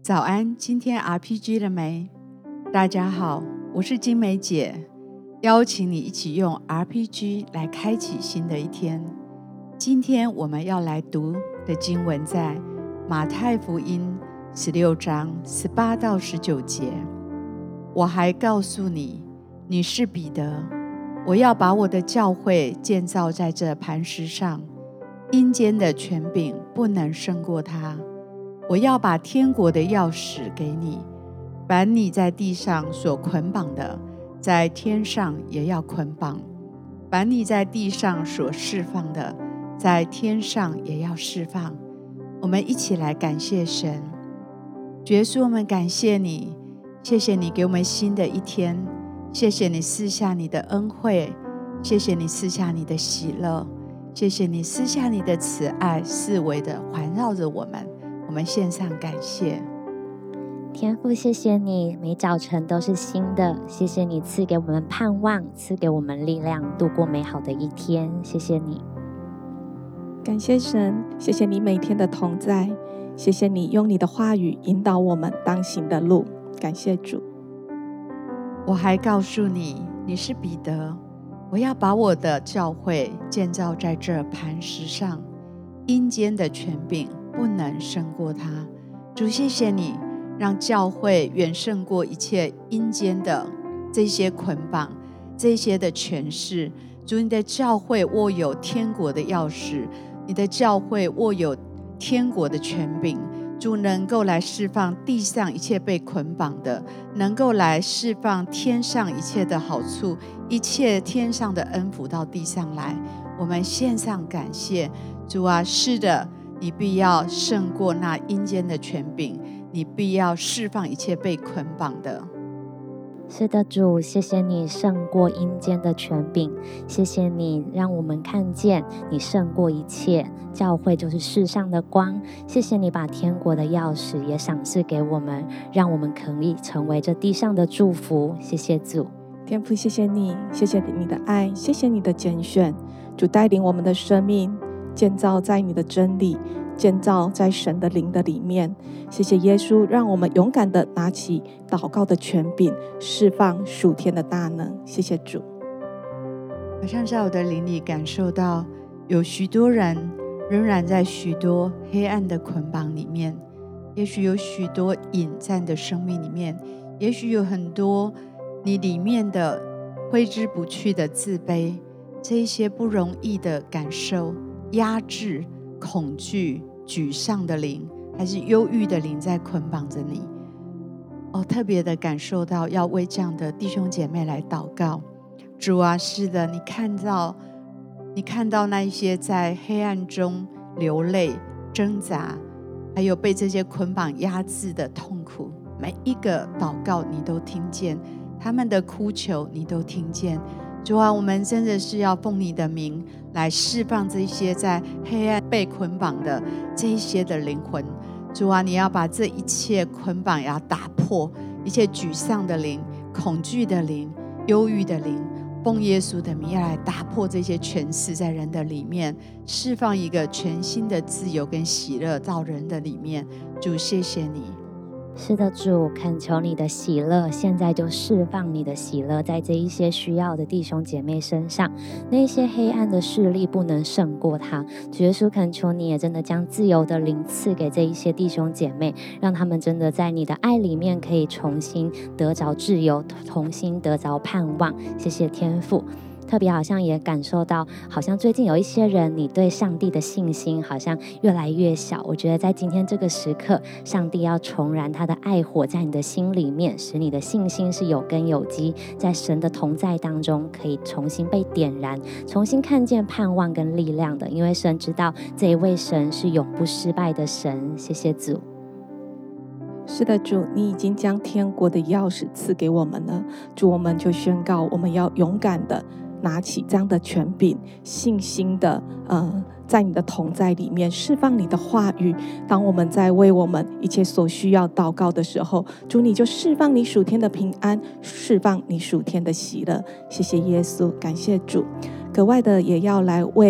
早安，今天 RPG 了没？大家好，我是金梅姐，邀请你一起用 RPG 来开启新的一天。今天我们要来读的经文在马太福音16章18到19节。我还告诉你，你是彼得，我要把我的教会建造在这磐石上，阴间的权柄不能胜过它。我要把天国的钥匙给你，凡你在地上所捆绑的，在天上也要捆绑；凡你在地上所释放的，在天上也要释放。我们一起来感谢神。主耶稣，我们感谢你，谢谢你给我们新的一天，谢谢你赐下你的恩惠，谢谢你赐下你的喜乐，谢谢你赐下你的慈爱，四围的环绕着我们。我们献上感谢。 天父，谢谢你每早晨都是新的，谢谢你赐给我们盼望，赐给我们力量，度过美好的一天。谢谢你。 感谢神，谢谢你每天的同在，谢谢你用你的话语引导我们当行的路。感谢主。 我还告诉你，你是彼得，我要把我的教会建造在这磐石上，阴间的权柄不能胜过它。主，谢谢你让教会远胜过一切阴间的这些捆绑，这些的权势。主，你的教会握有天国的钥匙，你的教会握有天国的权柄。主，能够来释放地上一切被捆绑的，能够来释放天上一切的好处，一切天上的恩福到地上来。我们献上感谢。主啊，是的，你必要胜过那阴间的权柄，你必要释放一切被捆绑的。 是的，主，谢谢你胜过阴间的权柄，谢谢你让我们看见你胜过一切，教会就是世上的光。谢谢你把天国的钥匙也赏赐给我们，让我们可以成为这地上的祝福。谢谢主。 天父，谢谢你，谢谢你的爱，谢谢你的拣选。主，带领我们的生命建造在你的真理，建造在神的灵的里面。谢谢耶稣，让我们勇敢的拿起祷告的权柄，释放属天的大能。谢谢主。 好像在我的灵里感受到，有许多人仍然在许多黑暗的捆绑里面，也许有许多隐占的生命里面，也许有很多你里面的挥之不去的自卑，这一些不容易的感受，压制、恐惧、沮丧的灵，还是忧郁的灵在捆绑着你。特别的感受到要为这样的弟兄姐妹来祷告。主啊，是的，你看到那一些在黑暗中流泪挣扎，还有被这些捆绑压制的痛苦，每一个祷告你都听见，他们的哭求你都听见。主啊，我们真的是要奉你的名来释放这些在黑暗被捆绑的这一些的灵魂。主啊，你要把这一切捆绑要打破，一切沮丧的灵、恐惧的灵、忧郁的灵，奉耶稣的名要来打破这些权势在人的里面，释放一个全新的自由跟喜乐到人的里面。主，谢谢你。 是的，主，恳求你的喜乐，现在就释放你的喜乐在这一些需要的弟兄姐妹身上，那些黑暗的势力不能胜过他。主耶稣，恳求你也真的将自由的灵赐给这一些弟兄姐妹，让他们真的在你的爱里面可以重新得着自由，重新得着盼望。谢谢天父。特别好像也感受到，好像最近有一些人，你对上帝的信心好像越来越小。我觉得在今天这个时刻，上帝要重燃他的爱火在你的心里面，使你的信心是有根有基，在神的同在当中可以重新被点燃，重新看见盼望跟力量的。因为神知道这一位神是永不失败的神。谢谢主。 是的，主，你已经将天国的钥匙赐给我们了。主，我们就宣告，我们要勇敢的拿起这样的权柄，信心的在你的同在里面释放你的话语。当我们在为我们一切所需要祷告的时候，主，你就释放你属天的平安，释放你属天的喜乐。谢谢耶稣，感谢主。格外的也要来为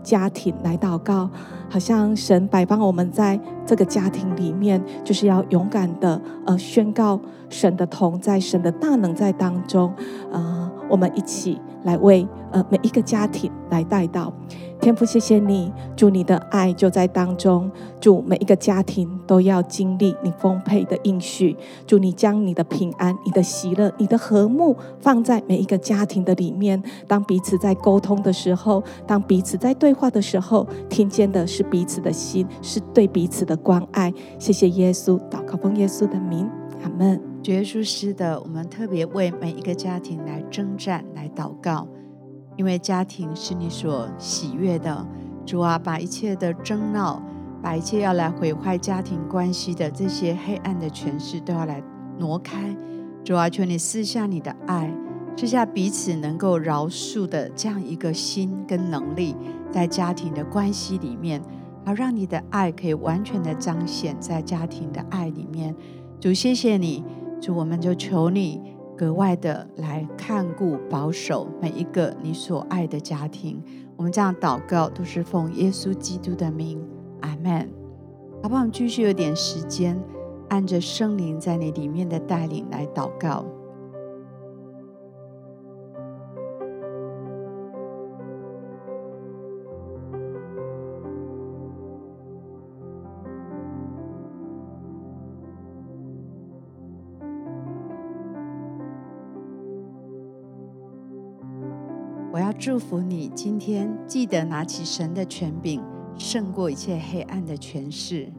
家庭来祷告，好像神摆放我们在这个家庭里面，就是要勇敢的宣告神的同在，神的大能在当中。我们一起来为每一个家庭来代祷。天父，谢谢你，主，你的爱就在当中，主，每一个家庭都要经历你丰沛的应许，主，你将你的平安、你的喜乐、你的和睦放在每一个家庭的里面。当彼此在沟通的时候，当彼此在对话的时候，听见的是彼此的心，是对彼此的关爱。谢谢耶稣，祷告奉耶稣的名，阿们。 主耶稣，是的，我们特别为每一个家庭来征战，来祷告，因为家庭是你所喜悦的。主啊，把一切的争闹，把一切要来毁坏家庭关系的这些黑暗的权势都要来挪开。主啊，求你赐下你的爱，赐下彼此能够饶恕的这样一个心跟能力，在家庭的关系里面，好让你的爱可以完全的彰显在家庭的爱里面。主，谢谢你，主，我们就求你格外的来看顾保守每一个你所爱的家庭。我们这样祷告都是奉耶稣基督的名，阿们。好不好？我们继续有点时间，按着圣灵在你里面的带领来祷告。我要祝福你，今天记得拿起神的权柄，胜过一切黑暗的权势。